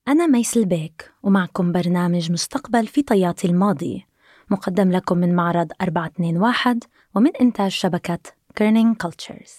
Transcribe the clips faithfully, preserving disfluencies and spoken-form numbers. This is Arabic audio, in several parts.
أنا ميسل بيك ومعكم برنامج مستقبل في طيات الماضي، مقدم لكم من معرض أربعة اثنين واحد ومن إنتاج شبكة كيرنينج كولتشرز.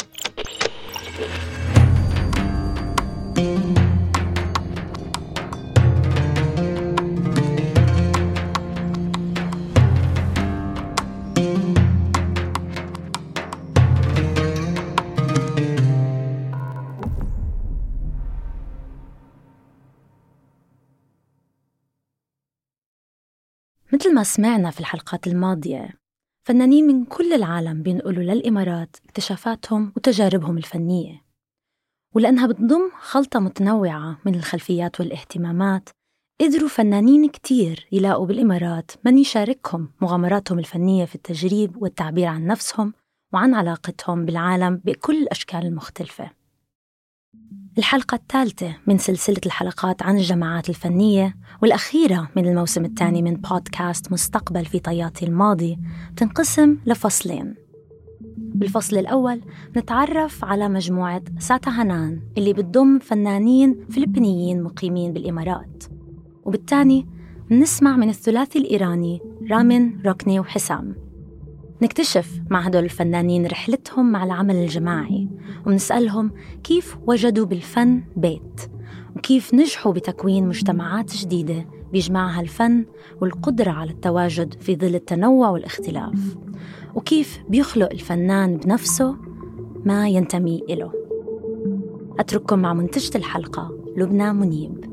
مثل ما سمعنا في الحلقات الماضية، فنانين من كل العالم بينقلوا للإمارات اكتشافاتهم وتجاربهم الفنية، ولأنها بتضم خلطة متنوعة من الخلفيات والاهتمامات، قدروا فنانين كتير يلاقوا بالإمارات من يشاركهم مغامراتهم الفنية في التجريب والتعبير عن نفسهم وعن علاقتهم بالعالم بكل الأشكال المختلفة. الحلقة الثالثة من سلسلة الحلقات عن الجماعات الفنية والأخيرة من الموسم الثاني من بودكاست مستقبل في طيات الماضي تنقسم لفصلين. بالفصل الأول نتعرف على مجموعة ساتا هانان اللي بتضم فنانين فلبينيين مقيمين بالإمارات، وبالتالي نسمع من الثلاثي الإيراني رامين، ركني وحسام. نكتشف مع هدول الفنانين رحلتهم مع العمل الجماعي، ونسألهم كيف وجدوا بالفن بيت، وكيف نجحوا بتكوين مجتمعات جديدة بيجمعها الفن والقدرة على التواجد في ظل التنوع والاختلاف، وكيف بيخلق الفنان بنفسه ما ينتمي إله. أترككم مع منتجة الحلقة لبنى منيب.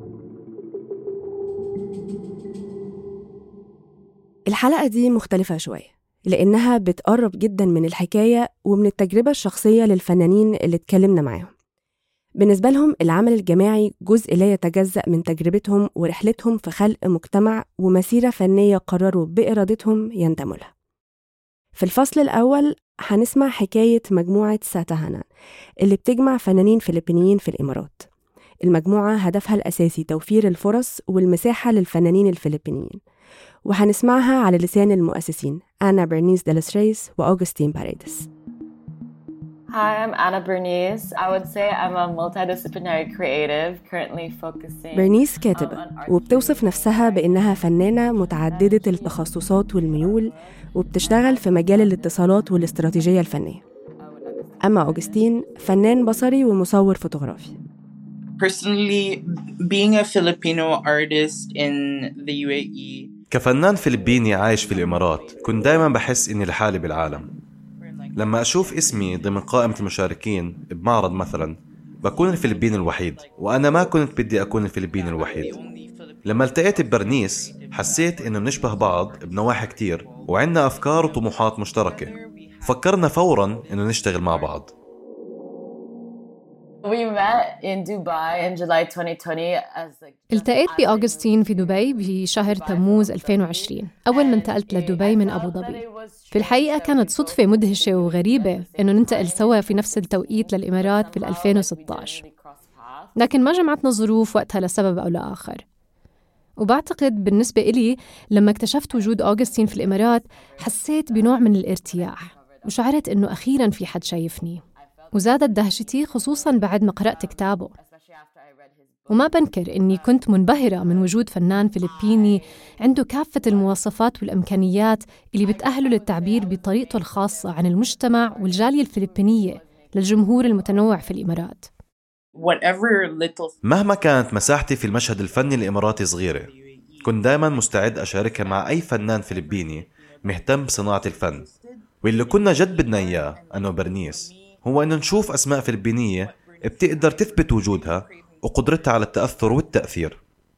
الحلقة دي مختلفة شوية لأنها بتقرب جداً من الحكاية ومن التجربة الشخصية للفنانين اللي اتكلمنا معاهم. بالنسبة لهم العمل الجماعي جزء لا يتجزأ من تجربتهم ورحلتهم في خلق مجتمع ومسيرة فنية قرروا بإرادتهم ينتموا لها. في الفصل الأول هنسمع حكاية مجموعة ساتا هانان اللي بتجمع فنانين فلبينيين في الإمارات. المجموعة هدفها الأساسي توفير الفرص والمساحة للفنانين الفلبينيين، وهنسمعها على لسان المؤسسين أنا برنيس دلسريس وأوغستين باريدس. Hi, I'm Anna Bernice. I would say I'm a multidisciplinary creative currently focusing. برنيس كاتبة وبتوصف نفسها بأنها فنانة متعددة التخصصات والميول وبتشتغل في مجال الاتصالات والاستراتيجية الفنية. أما أوغستين فنان بصري ومصور فوتوغرافي. Personally, being a Filipino artist in the U A E. كفنان فلبيني عايش في الإمارات كنت دايما بحس إني لحالي بالعالم. لما أشوف اسمي ضمن قائمة المشاركين بمعرض مثلا بكون الفلبيني الوحيد، وأنا ما كنت بدي أكون الفلبيني الوحيد. لما التقيت ببرنيس حسيت إنه نشبه بعض بنواحي كتير وعندنا أفكار وطموحات مشتركة، فكرنا فورا إنه نشتغل مع بعض. We met in Dubai in July twenty twenty as like التقيت بأوغستين في دبي بشهر تموز ألفين وعشرين أول ما انتقلت لدبي من أبو ظبي. في الحقيقة كانت صدفة مدهشة وغريبة إنه ننتقل سوا في نفس التوقيت للإمارات في ألفين وستة عشر، لكن ما جمعتنا ظروف وقتها لسبب أو لآخر. وبعتقد بالنسبة إلي لما اكتشفت وجود أوغستين في الإمارات حسيت بنوع من الارتياح وشعرت إنه أخيراً في حد شايفني، وزادت دهشتي خصوصاً بعد ما قرأت كتابه. وما بنكر إني كنت منبهرة من وجود فنان فلبيني عنده كافة المواصفات والإمكانيات اللي بتأهله للتعبير بطريقته الخاصة عن المجتمع والجالية الفلبينية للجمهور المتنوع في الإمارات. مهما كانت مساحتي في المشهد الفني الإماراتي صغيرة، كنت دايما مستعد أشاركها مع أي فنان فلبيني مهتم بصناعة الفن. واللي كنا جد بدنا إياه أنا وبرنيس هو أن نشوف أسماء فلبينية بتقدر تثبت وجودها وقدرتها على التأثر والتأثير.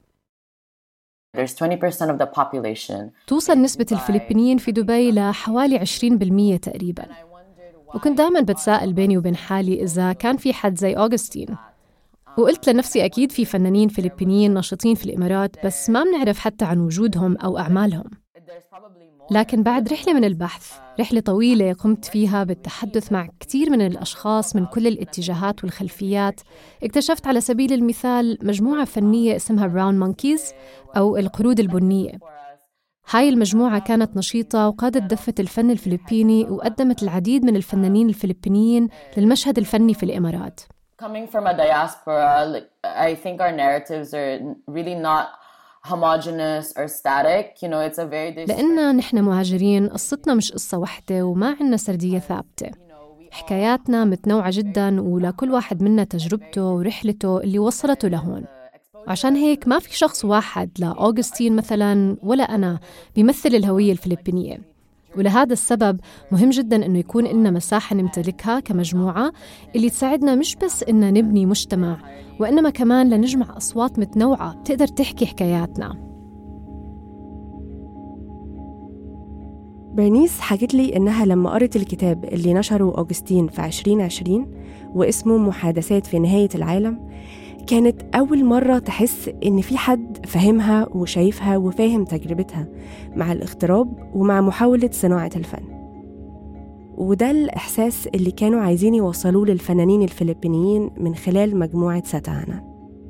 توصل نسبة الفلبينيين في دبي لحوالي عشرين بالمية تقريباً. وكنت دائماً بتساءل بيني وبين حالي إذا كان في حد زي أوغستين. وقلت لنفسي أكيد في فنانين فلبينيين نشطين في الإمارات، بس ما بنعرف حتى عن وجودهم أو أعمالهم. لكن بعد رحلة من البحث، رحلة طويلة قمت فيها بالتحدث مع كثير من الأشخاص من كل الاتجاهات والخلفيات، اكتشفت على سبيل المثال مجموعة فنية اسمها براون مونكيز أو القرود البنية. هاي المجموعة كانت نشيطة وقادت دفة الفن الفلبيني وقدمت العديد من الفنانين الفلبينيين للمشهد الفني في الإمارات. Coming from a diaspora, like, I think our narratives are really not homogeneous or static. You know, it's a very لأننا نحن مهاجرين قصتنا مش قصة واحدة وما عنا سردية ثابتة. حكاياتنا متنوعة جداً ولكل واحد منا تجربته ورحلته اللي وصلته لهون. عشان هيك ما في شخص واحد لأوغسطين مثلاً ولا أنا بيمثل الهوية الفلبينية. ولهذا السبب مهم جداً إنه يكون لنا مساحة نمتلكها كمجموعة اللي تساعدنا مش بس إننا نبني مجتمع وإنما كمان لنجمع أصوات متنوعة تقدر تحكي حكاياتنا. برنيس حكت لي إنها لما قرأت الكتاب اللي نشره أوغسطين في عشرين عشرين واسمه محادثات في نهاية العالم، كانت أول مرة تحس إن في حد فهمها وشايفها وفاهم تجربتها مع الاغتراب ومع محاولة صناعة الفن. وده الإحساس اللي كانوا عايزين يوصلوه للفنانين الفلبينيين من خلال مجموعة ساتاهانان.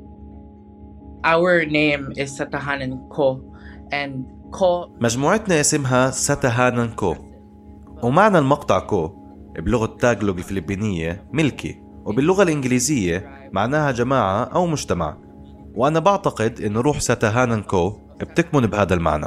Our name is Satahanan Ko and Ko. مجموعتنا اسمها ساتاهانان كو، ومعنى المقطع كو بلغة تاغلوغ الفلبينية ملكي، وباللغة الإنجليزية معناها جماعة أو مجتمع. وأنا بعتقد إن روح ساتاهانان كو بتكمن بهذا المعنى.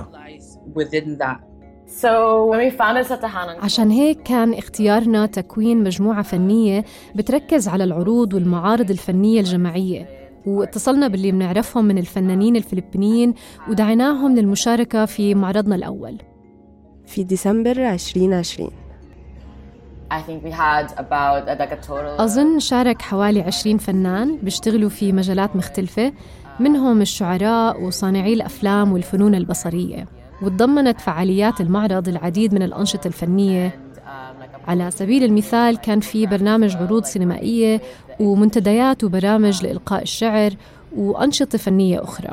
So when we founded Satahanan, عشان هيك كان اختيارنا تكوين مجموعة فنية بتركز على العروض والمعارض الفنية الجماعية، واتصلنا باللي بنعرفهم من الفنانين الفلبينيين ودعيناهم للمشاركة في معرضنا الأول في ديسمبر عشرين عشرين. I think we had about like a total. أظن شارك حوالي عشرين فنان بيشتغلوا في مجالات مختلفة، منهم الشعراء وصانعي الأفلام والفنون البصرية. وتضمنت فعاليات المعرض العديد من الأنشطة الفنية. على سبيل المثال كان في برنامج عروض سينمائية ومنتديات وبرامج لإلقاء الشعر وأنشطة فنية أخرى.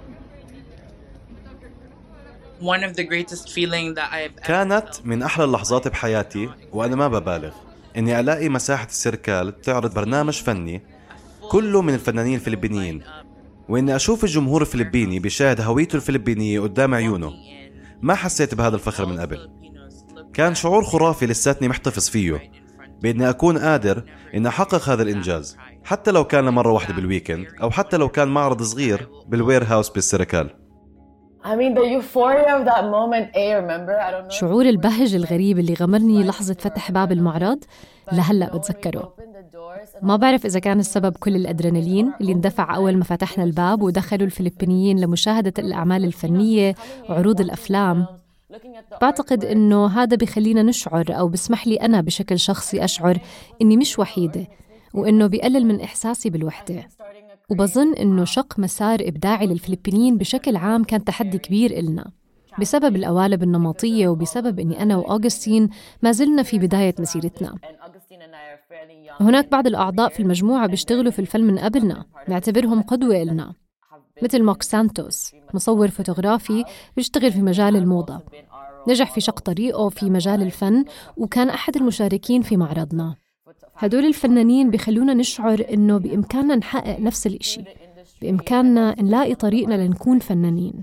One of the greatest feeling that I've كانت من أحلى اللحظات بحياتي، وأنا ما ببالغ، إني ألاقي مساحة السيركال تعرض برنامج فني كله من الفنانين الفلبينيين، وإني أشوف الجمهور الفلبيني بيشاهد هويته الفلبينية قدام عيونه. ما حسيت بهذا الفخر من قبل. كان شعور خرافي لساتني محتفظ فيه، بإني أكون قادر إن أحقق هذا الإنجاز، حتى لو كان مرة واحدة بالويكند أو حتى لو كان معرض صغير بالوير هاوس بالسيركال. I mean the euphoria of that moment. I remember. I don't know. شعور البهج الغريب اللي غمرني لحظة فتح باب المعرض لهلأ بتذكره. ما بعرف إذا كان السبب كل الأدرينالين اللي اندفع أول ما فتحنا الباب ودخلوا الفلبينيين لمشاهدة الأعمال الفنية وعروض الأفلام. بعتقد إنه هذا بيخلينا نشعر أو بسمح لي أنا بشكل شخصي أشعر إني مش وحيدة، وإنه بيقلل من إحساسي بالوحدة. وبظن إنه شق مسار إبداعي للفلبينيين بشكل عام كان تحدي كبير إلنا بسبب القوالب النمطية وبسبب إني أنا وأوغسطين ما زلنا في بداية مسيرتنا. هناك بعض الأعضاء في المجموعة بيشتغلوا في الفيلم من قبلنا، نعتبرهم قدوة إلنا، مثل ماك سانتوس مصور فوتوغرافي بيشتغل في مجال الموضة، نجح في شق طريقه في مجال الفن وكان أحد المشاركين في معرضنا. هدول الفنانين بيخلونا نشعر إنه بإمكاننا نحقق نفس الإشي، بإمكاننا نلاقي طريقنا لنكون فنانين.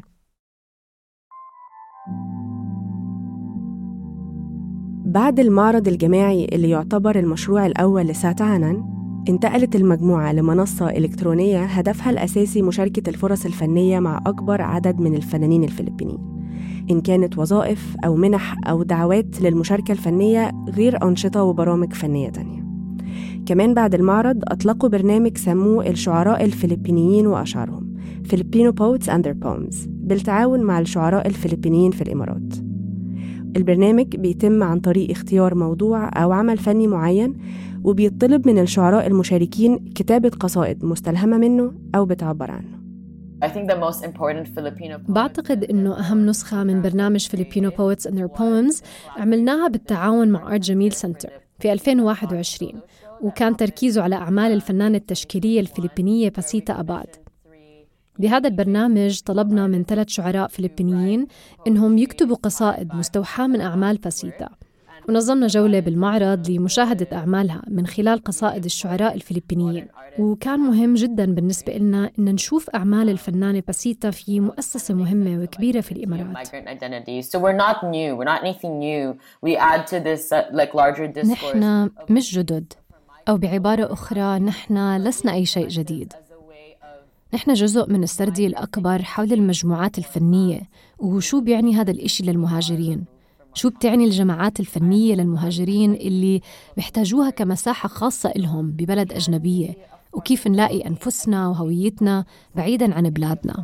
بعد المعرض الجماعي اللي يعتبر المشروع الأول لساتاهانان، انتقلت المجموعة لمنصة إلكترونية هدفها الأساسي مشاركة الفرص الفنية مع أكبر عدد من الفنانين الفلبينيين، إن كانت وظائف أو منح أو دعوات للمشاركة الفنية غير أنشطة وبرامج فنية تانية. كمان بعد المعرض أطلقوا برنامج سموه الشعراء الفلبينيين وأشعارهم Filipino Poets and Their Poems بالتعاون مع الشعراء الفلبينيين في الإمارات. البرنامج بيتم عن طريق اختيار موضوع أو عمل فني معين، وبيطلب من الشعراء المشاركين كتابة قصائد مستلهمة منه أو بتعبر عنه. I think the most important Filipino poem. بعتقد إنه أهم نسخة من برنامج Filipino Poets and Their Poems عملناها بالتعاون مع آرت جميل سنتر في ألفين وواحد وعشرين، وكان تركيزه على أعمال الفنانة التشكيلية الفلبينية باسيتا أباد. بهذا البرنامج طلبنا من ثلاث شعراء فلبينيين إنهم يكتبوا قصائد مستوحاة من أعمال باسيتا، ونظمنا جولة بالمعرض لمشاهدة أعمالها من خلال قصائد الشعراء الفلبينيين. وكان مهم جداً بالنسبة لنا إن نشوف أعمال الفنانة باسيتا في مؤسسة مهمة وكبيرة في الإمارات. نحن مش جدد، أو بعبارة أخرى نحن لسنا أي شيء جديد. نحن جزء من السردية الأكبر حول المجموعات الفنية. وشو بيعني هذا الإشي للمهاجرين؟ شو بتعني الجماعات الفنية للمهاجرين اللي بيحتاجوها كمساحة خاصة إلهم ببلد أجنبية؟ وكيف نلاقي أنفسنا وهويتنا بعيداً عن بلادنا؟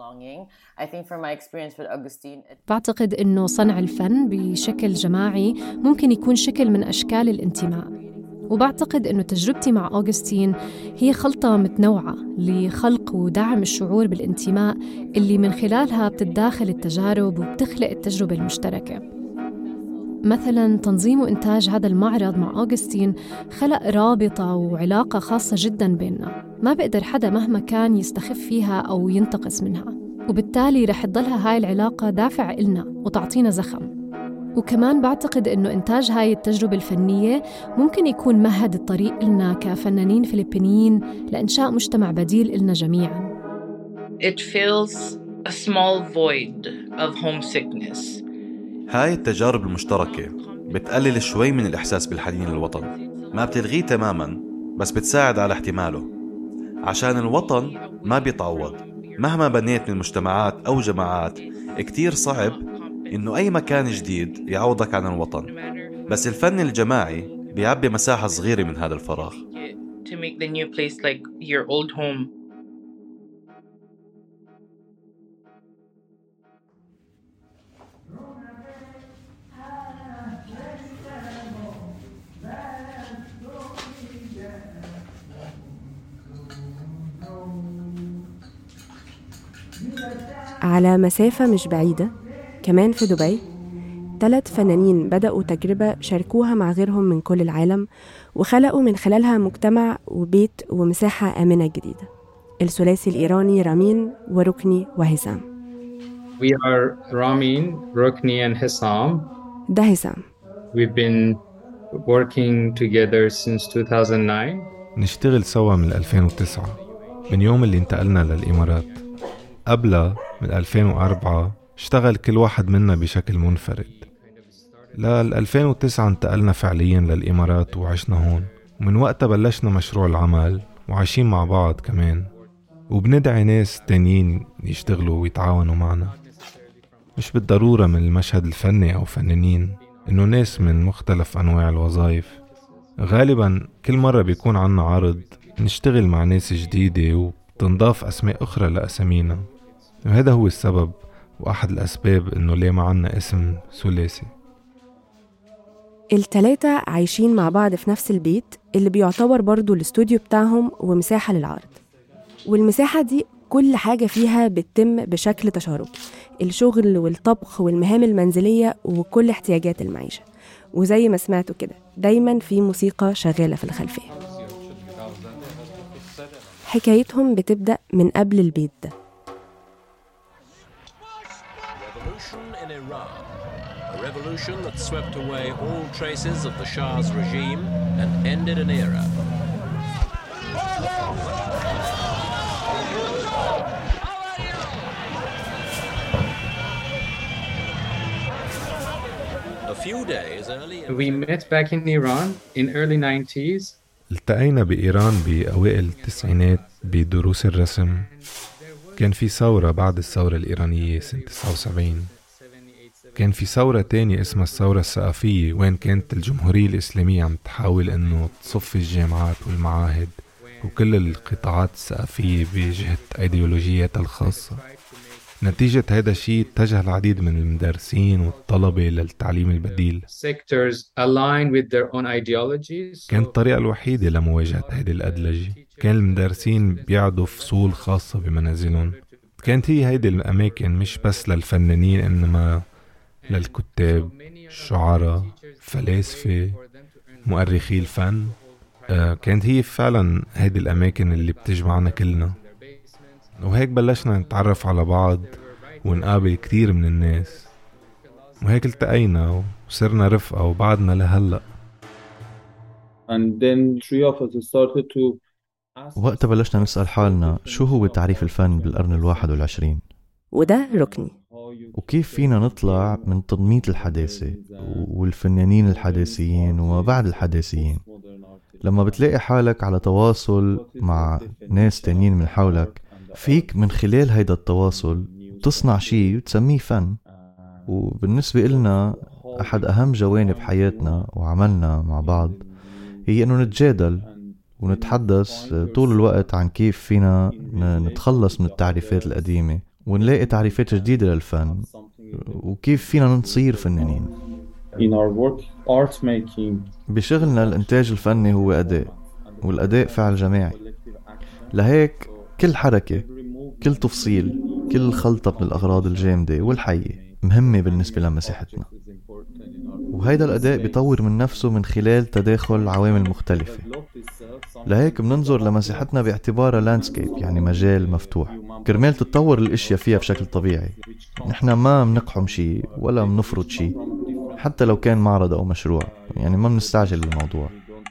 بعتقد إنه صنع الفن بشكل جماعي ممكن يكون شكل من أشكال الانتماء. وبعتقد إنه تجربتي مع أوغسطين هي خلطة متنوعة لخلق ودعم الشعور بالانتماء اللي من خلالها بتتداخل التجارب وبتخلق التجربة المشتركة. مثلاً تنظيم وإنتاج هذا المعرض مع أوغسطين خلق رابطة وعلاقة خاصة جداً بيننا، ما بقدر حدا مهما كان يستخف فيها أو ينتقص منها، وبالتالي رح تضلها هاي العلاقة دافع إلنا وتعطينا زخم. وكمان بعتقد إنه إنتاج هاي التجربة الفنية ممكن يكون مهد الطريق لنا كفنانين فلبينيين لإنشاء مجتمع بديل إلنا جميعاً. It fills a small void of homesickness. هاي التجارب المشتركة بتقلل شوي من الإحساس بالحنين للوطن، ما بتلغيه تماماً بس بتساعد على احتماله، عشان الوطن ما بيتعوض مهما بنيت من مجتمعات أو جماعات. كتير صعب إنه أي مكان جديد يعوضك عن الوطن، بس الفن الجماعي بيعبي مساحة صغيرة من هذا الفراغ. To make the new place like your old home. على مسافة مش بعيدة كمان في دبي، ثلاث فنانين بدأوا تجربة شاركوها مع غيرهم من كل العالم، وخلقوا من خلالها مجتمع وبيت ومساحة آمنة جديدة. الثلاثي الإيراني رامين وركني وهسام. We are Ramin, Rukni and Hissam. ده هسام. We've been working together since two thousand nine. نشتغل سوا من ألفين وتسعة، من يوم اللي انتقلنا للإمارات. قبلها من ألفين وأربعة اشتغل كل واحد منا بشكل منفرد. لل ألفين وتسعة انتقلنا فعليا للإمارات وعشنا هون، ومن وقتها بلشنا مشروع العمل وعايشين مع بعض كمان، وبندعي ناس تانيين يشتغلوا ويتعاونوا معنا. مش بالضرورة من المشهد الفني أو فنانين، إنه ناس من مختلف أنواع الوظائف. غالبا كل مرة بيكون عنا عرض نشتغل مع ناس جديدة وتنضاف أسماء أخرى لأسامينا، وهذا هو السبب وأحد الأسباب إنه ليه ما عنا اسم ثلاثي. التلاتة عايشين مع بعض في نفس البيت اللي بيعتبر برضو الاستوديو بتاعهم ومساحة للعرض، والمساحة دي كل حاجة فيها بتتم بشكل تشاركي، الشغل والطبخ والمهام المنزلية وكل احتياجات المعيشة. وزي ما سمعتوا كده دايما في موسيقى شغالة في الخلفية. حكايتهم بتبدأ من قبل البيت ده. A revolution that swept away all traces of the Shah's regime and ended an era. A few days earlier, we met back in Iran in early nineties. التقينا بإيران بأوائل التسعينات بدروس الرسم. كان في ثورة بعد الثورة الإيرانية سنة تسعة وسبعين. كان في ثورة تانية اسمها الثورة الثقافية، وين كانت الجمهورية الإسلامية عم تحاول أنه تصفي الجامعات والمعاهد وكل القطاعات الثقافية بجهة أيديولوجياتها الخاصة. نتيجة هذا الشيء اتجه العديد من المدرسين والطلبة للتعليم البديل. كانت الطريقة الوحيدة لمواجهة هذه الأدلجة. كان المدرسين بيعدوا فصول خاصة بمنازلهم. كانت هي هيدي الأماكن مش بس للفنانين، إنما للكتاب، الشعراء، فلاسفة، مؤرخي الفن. آه كانت هي فعلا هيدي الأماكن اللي بتجمعنا كلنا، وهيك بلشنا نتعرف على بعض ونقابل كتير من الناس، وهيك التقينا وصرنا رفقة وبعدنا لهلأ. وقتها بلشنا نسأل حالنا شو هو تعريف الفن بالقرن الواحد والعشرين، وده ركني. وكيف فينا نطلع من تضميت الحداثة والفنانين الحداثيين وما بعد الحداثيين لما بتلاقي حالك على تواصل مع ناس تانيين من حولك، فيك من خلال هيدا التواصل تصنع شيء وتسميه فن. وبالنسبة إلنا أحد أهم جوانب حياتنا وعملنا مع بعض هي أنه نتجادل ونتحدث طول الوقت عن كيف فينا نتخلص من التعريفات القديمة ونلاقي تعريفات جديدة للفن، وكيف فينا نصير فنانين. In our work, art making. بشغلنا الإنتاج الفني هو أداء، والأداء فعل جماعي. لهيك كل حركة، كل تفصيل، كل خلطة من الأغراض الجامدة والحية مهمة بالنسبة لمساحتنا. وهيدا الأداء بيطور من نفسه من خلال تداخل عوامل مختلفة. لهيك بننظر لمساحتنا باعتبارها لاندسكيب، يعني مجال مفتوح، كرمال تتطور الاشياء فيها بشكل طبيعي. نحن ما منقحم شيء ولا منفرض شيء، حتى لو كان معرض أو مشروع، يعني ما منستعجل الموضوع.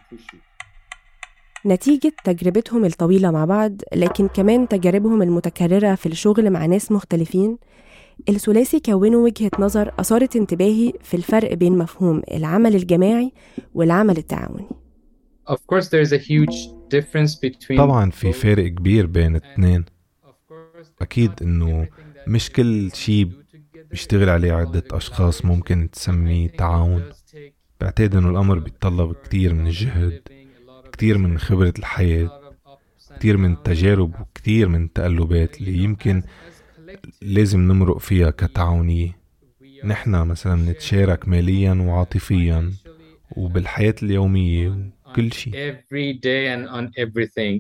نتيجة تجربتهم الطويلة مع بعض، لكن كمان تجاربهم المتكررة في الشغل مع ناس مختلفين، الثلاثي كونوا وجهة نظر أثارت انتباهي في الفرق بين مفهوم العمل الجماعي والعمل التعاوني. Of course there's a huge difference between. طبعا في فرق كبير بين الاثنين. أكيد إنه مش كل شيء بيشتغل عليه عدة أشخاص ممكن تسميه تعاون. بعتقد إنه الأمر بيتطلب كتير من الجهد، كتير من خبرة الحياة، كتير من التجارب، وكتير من التقلبات اللي يمكن لازم نمرق فيها كتعاونية. نحنا مثلا نتشارك ماليا وعاطفيا وبالحياة اليومية وكل شيء. Every day and on everything.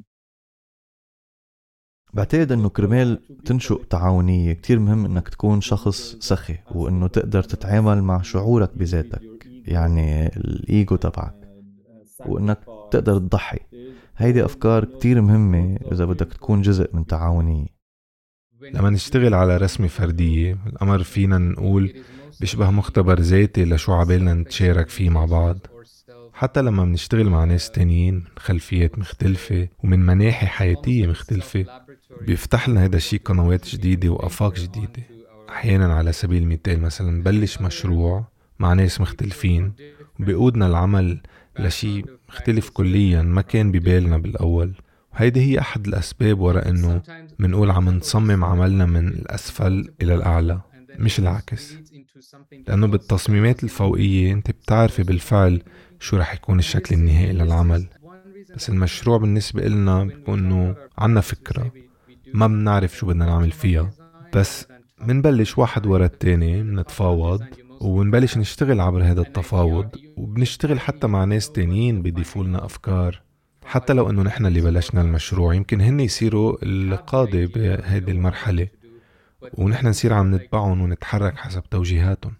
بعتقد انه كرمال تنشئ تعاونية كتير مهم انك تكون شخص سخي، وانه تقدر تتعامل مع شعورك بذاتك، يعني الايجو تبعك، وانك تقدر تضحي. هيدي افكار كتير مهمة اذا بدك تكون جزء من تعاونية. لما نشتغل على رسمة فردية، الأمر فينا نقول بيشبه مختبر ذاتي لشو عبالنا نتشارك فيه مع بعض. حتى لما بنشتغل مع ناس تانيين من خلفيات مختلفة ومن مناحي حياتية مختلفة، بيفتح لنا هذا الشيء قنوات جديدة وآفاق جديدة. أحيانا على سبيل المثال مثلا نبلش مشروع مع ناس مختلفين وبيقودنا العمل لشيء مختلف كليا ما كان ببالنا بالأول. وهيدي هي أحد الأسباب وراء أنه منقول عم نصمم عملنا من الأسفل إلى الأعلى، مش العكس. لأنه بالتصميمات الفوقية أنت بتعرفي بالفعل شو رح يكون الشكل النهائي للعمل، بس المشروع بالنسبة لنا بيكون أنه عنا فكرة ما بنعرف شو بدنا نعمل فيها، بس منبلش واحد ورا التاني منتفاوض ونبلش نشتغل عبر هذا التفاوض، وبنشتغل حتى مع ناس تانيين بيضيفوا لنا أفكار. حتى لو أنه نحن اللي بلشنا المشروع، يمكن هن يصيروا القادة بهذه المرحلة ونحن نصير عم نتبعهم ونتحرك حسب توجيهاتهم.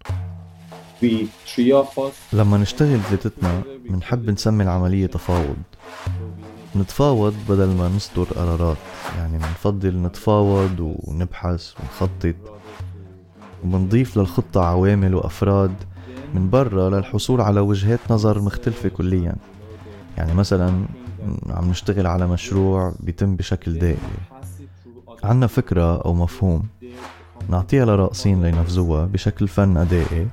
لما نشتغل ذاتنا منحب نسمي العملية تفاوض. نتفاوض بدل ما نصدر قرارات، يعني منفضل نتفاوض ونبحث ونخطط، ومنضيف للخطة عوامل وأفراد من برا للحصول على وجهات نظر مختلفة كليا. يعني مثلا عم نشتغل على مشروع بيتم بشكل دائري، عنا فكرة أو مفهوم نعطيها لرائسين لينفذوها بشكل فن أدائي،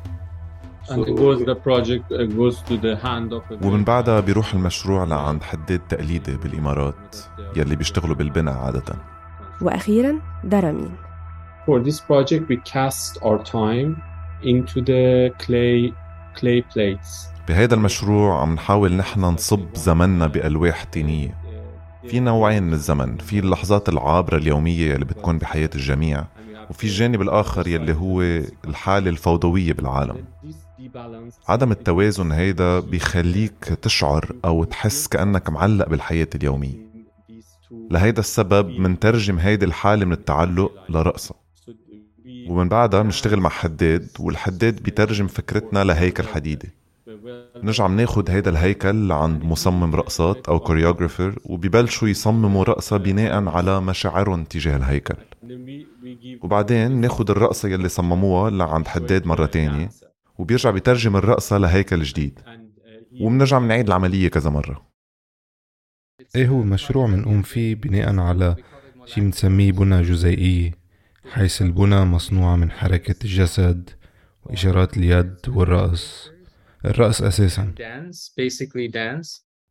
ومن بعدها بيروح المشروع لعند حداد تقليدي بالإمارات يلي بيشتغلوا بالبناء عادة. وأخيرا درامين. For this project we cast our time into the clay clay plates. بهذا المشروع عم نحاول نحن نصب زمننا بألواح طينية. في نوعين من الزمن، في اللحظات العابرة اليومية اللي بتكون بحياة الجميع، وفي الجانب الآخر يلي هو الحالة الفوضوية بالعالم. عدم التوازن هيدا بيخليك تشعر أو تحس كأنك معلق بالحياة اليومية. لهيدا السبب منترجم هيدي الحالة من التعلق لرقصة، ومن بعدها بنشتغل مع حداد، والحداد بيترجم فكرتنا لهيكل حديدي. نرجع مناخد هيدا الهيكل عند مصمم رقصات أو كوريوغرافر، وبيبلشوا يصمموا رقصة بناء على مشاعرهم تجاه الهيكل. وبعدين ناخد الرقصة يلي صمموها لعند حداد مرة تانية، وبيرجع بيترجم الرقصة لهيكل جديد، وبنرجع منعيد العملية كذا مرة. ايه هو مشروع منقوم فيه بناء على شيء بنسميه بنى جزيئية، حيث البنى مصنوعة من حركة الجسد وإشارات اليد والرأس. الرأس أساساً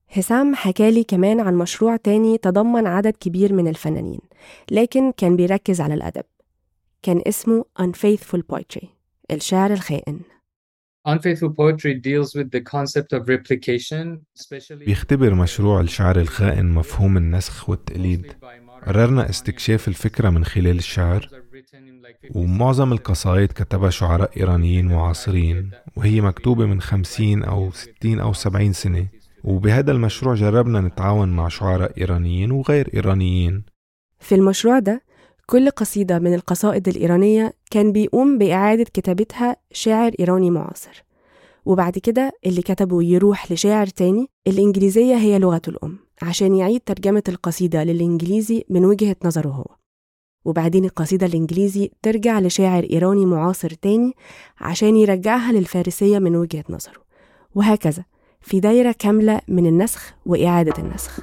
هسام حكالي كمان عن مشروع تاني تضمن عدد كبير من الفنانين، لكن كان بيركز على الأدب. كان اسمه Unfaithful Poetry، الشعر الخائن. Unfaithful poetry deals with the concept of replication, especially بيختبر مشروع الشعر الخائن مفهوم النسخ والتقليد. قررنا استكشاف الفكرة من خلال الشعر، ومعظم القصائد كتبها شعراء إيرانيين معاصرين، وهي مكتوبة من خمسين أو ستين أو سبعين سنة. وبهذا المشروع جربنا نتعاون مع شعراء إيرانيين وغير إيرانيين. في المشروع ده كل قصيدة من القصائد الإيرانية كان بيقوم بإعادة كتابتها شاعر إيراني معاصر، وبعد كده اللي كتبه يروح لشاعر تاني. الإنجليزية هي لغته الأم، عشان يعيد ترجمة القصيدة للإنجليزي من وجهة نظره هو، وبعدين القصيدة الإنجليزي ترجع لشاعر إيراني معاصر تاني عشان يرجعها للفارسية من وجهة نظره، وهكذا في دايرة كاملة من النسخ وإعادة النسخ.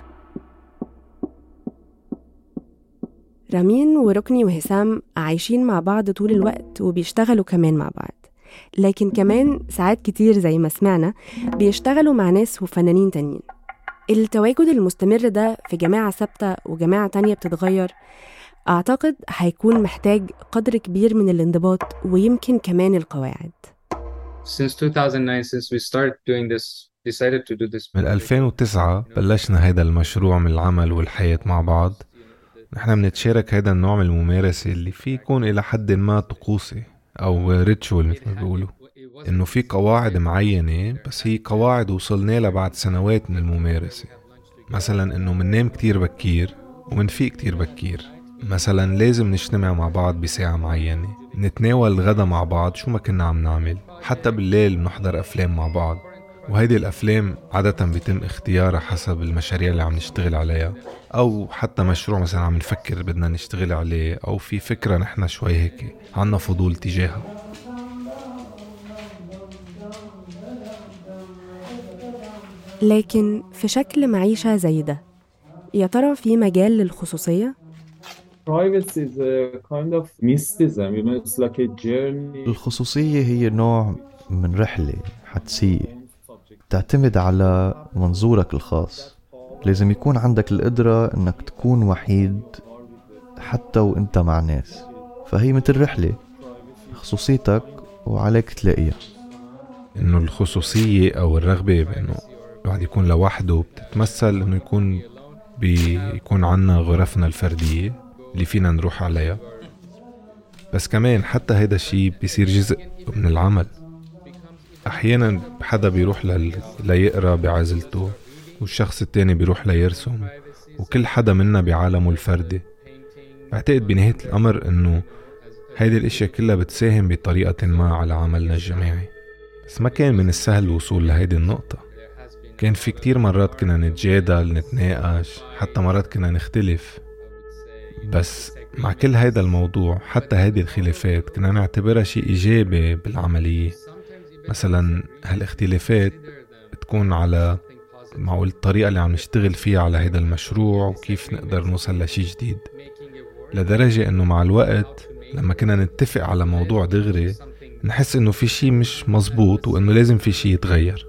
رامين وركني وهسام عايشين مع بعض طول الوقت وبيشتغلوا كمان مع بعض، لكن كمان ساعات كتير زي ما سمعنا بيشتغلوا مع ناس وفنانين تانيين. التواجد المستمر ده في جماعة ثابتة وجماعة تانية بتتغير أعتقد هيكون محتاج قدر كبير من الانضباط ويمكن كمان القواعد. Since two thousand nine, since we started doing this, decided to do this. من ألفين وتسعة بلشنا هيدا المشروع من العمل والحياة مع بعض. نحن بنتشارك هيدا النوع من الممارسة اللي فيه يكون إلى حد ما طقوسي أو ريتشوال مثل ما بيقولوا، إنه في قواعد معينة، بس هي قواعد وصلنا لها بعد سنوات من الممارسة. مثلا إنه مننام كتير بكير ومنفيق كتير بكير. مثلا لازم نجتمع مع بعض بساعة معينة، نتناول الغدا مع بعض شو ما كنا عم نعمل. حتى بالليل بنحضر أفلام مع بعض، وهيدي الأفلام عادة بيتم اختيارها حسب المشاريع اللي عم نشتغل عليها، أو حتى مشروع مثلا عم نفكر بدنا نشتغل عليه، أو في فكرة نحن شوي هيك عنا فضول تجاهها. لكن في شكل معيشة زي ده يا ترى في مجال للخصوصية؟ Privacy is a kind of mysticism, you know, it's like a journey. الخصوصية هي نوع من رحلة حدسية تعتمد على منظورك الخاص. لازم يكون عندك القدرة انك تكون وحيد حتى وانت مع ناس، فهي مثل رحلة خصوصيتك وعليك تلاقيها. انه الخصوصية او الرغبة بانه الواحد يكون لوحده بتتمثل انه يكون بيكون عنا غرفنا الفردية اللي فينا نروح عليها، بس كمان حتى هيدا الشيء بيصير جزء من العمل. احيانا حدا بيروح لل... ليقرأ بعزلته، والشخص التاني بيروح ليرسم، وكل حدا منا بعالمه الفردي. بعتقد بنهاية الأمر انه هيدي الاشياء كلها بتساهم بطريقة ما على عملنا الجماعي، بس ما كان من السهل الوصول لهيدي النقطة. كان في كتير مرات كنا نتجادل نتناقش، حتى مرات كنا نختلف، بس مع كل هيدا الموضوع حتى هيدي الخلافات كنا نعتبرها شيء إيجابي بالعملية. مثلا هالاختلافات بتكون على معقول الطريقة اللي عم نشتغل فيها على هيدا المشروع وكيف نقدر نوصل لشي جديد، لدرجة انه مع الوقت لما كنا نتفق على موضوع دغري نحس انه في شي مش مزبوط وانه لازم في شي يتغير.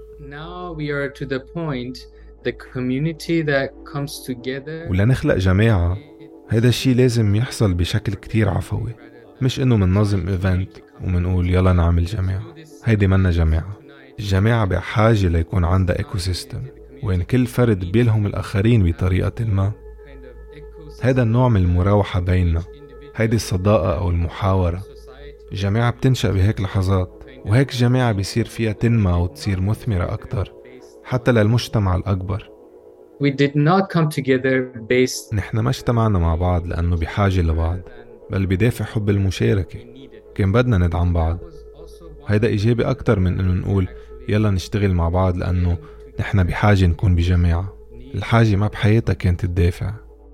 ولا نخلق جماعة هيدا الشي لازم يحصل بشكل كتير عفوي، مش انه مننظم ايفنت ومنقول يلا نعمل جماعة. هيدي منا جماعة. الجماعة بحاجة ليكون عندها ايكو سيستم وين كل فرد بيلهم الآخرين بطريقة ما. هيدا النوع من المراوحة بيننا، هيدي الصداقة أو المحاورة. الجماعة بتنشأ بهيك لحظات، وهيك جماعة بيصير فيها تنمى وتصير مثمرة أكتر حتى للمجتمع الأكبر. We did not come together based نحن ما اجتمعنا مع بعض لأنه بحاجة لبعض، بل بدافع حب المشاركة. كان بدنا ندعم بعض. هيدا إيجابي أكتر من إنه نقول يلا نشتغل مع بعض لأنه نحن بحاجة نكون بجماعة. الحاجة ما بحياتها كانت الدافع.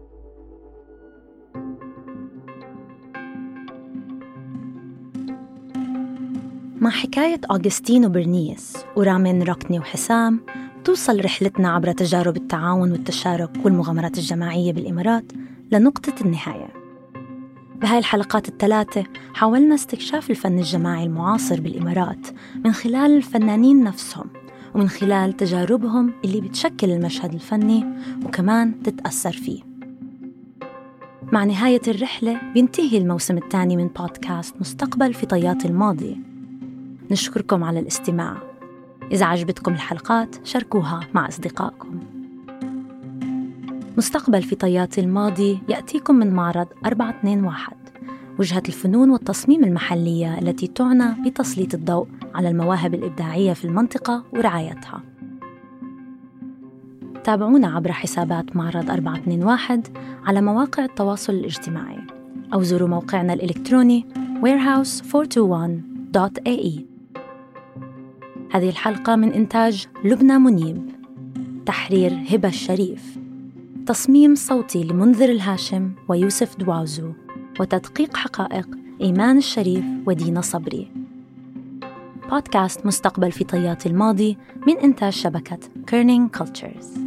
مع حكاية أغسطين وبرنيس ورامين ركني وحسام توصل رحلتنا عبر تجارب التعاون والتشارك والمغامرات الجماعية بالإمارات لنقطة النهاية. بهاي الحلقات الثلاثة حاولنا استكشاف الفن الجماعي المعاصر بالإمارات من خلال الفنانين نفسهم، ومن خلال تجاربهم اللي بتشكل المشهد الفني وكمان تتأثر فيه. مع نهاية الرحلة بينتهي الموسم الثاني من بودكاست مستقبل في طيات الماضي. نشكركم على الاستماع. إذا عجبتكم الحلقات شاركوها مع أصدقائكم. مستقبل في طيات الماضي يأتيكم من معرض أربعة اثنين واحد، وجهة الفنون والتصميم المحلية التي تعنى بتسليط الضوء على المواهب الإبداعية في المنطقة ورعايتها. تابعونا عبر حسابات معرض أربعة اثنين واحد على مواقع التواصل الاجتماعي، أو زوروا موقعنا الإلكتروني warehouse أربعمية وواحد وعشرين دوت إيه إي. هذه الحلقة من إنتاج لبنى منيب، تحرير هبة الشريف، تصميم صوتي لمنذر الهاشم ويوسف دواوزو، وتدقيق حقائق إيمان الشريف ودينا صبري. بودكاست مستقبل في طيات الماضي من إنتاج شبكة كيرنينج كولتشرز.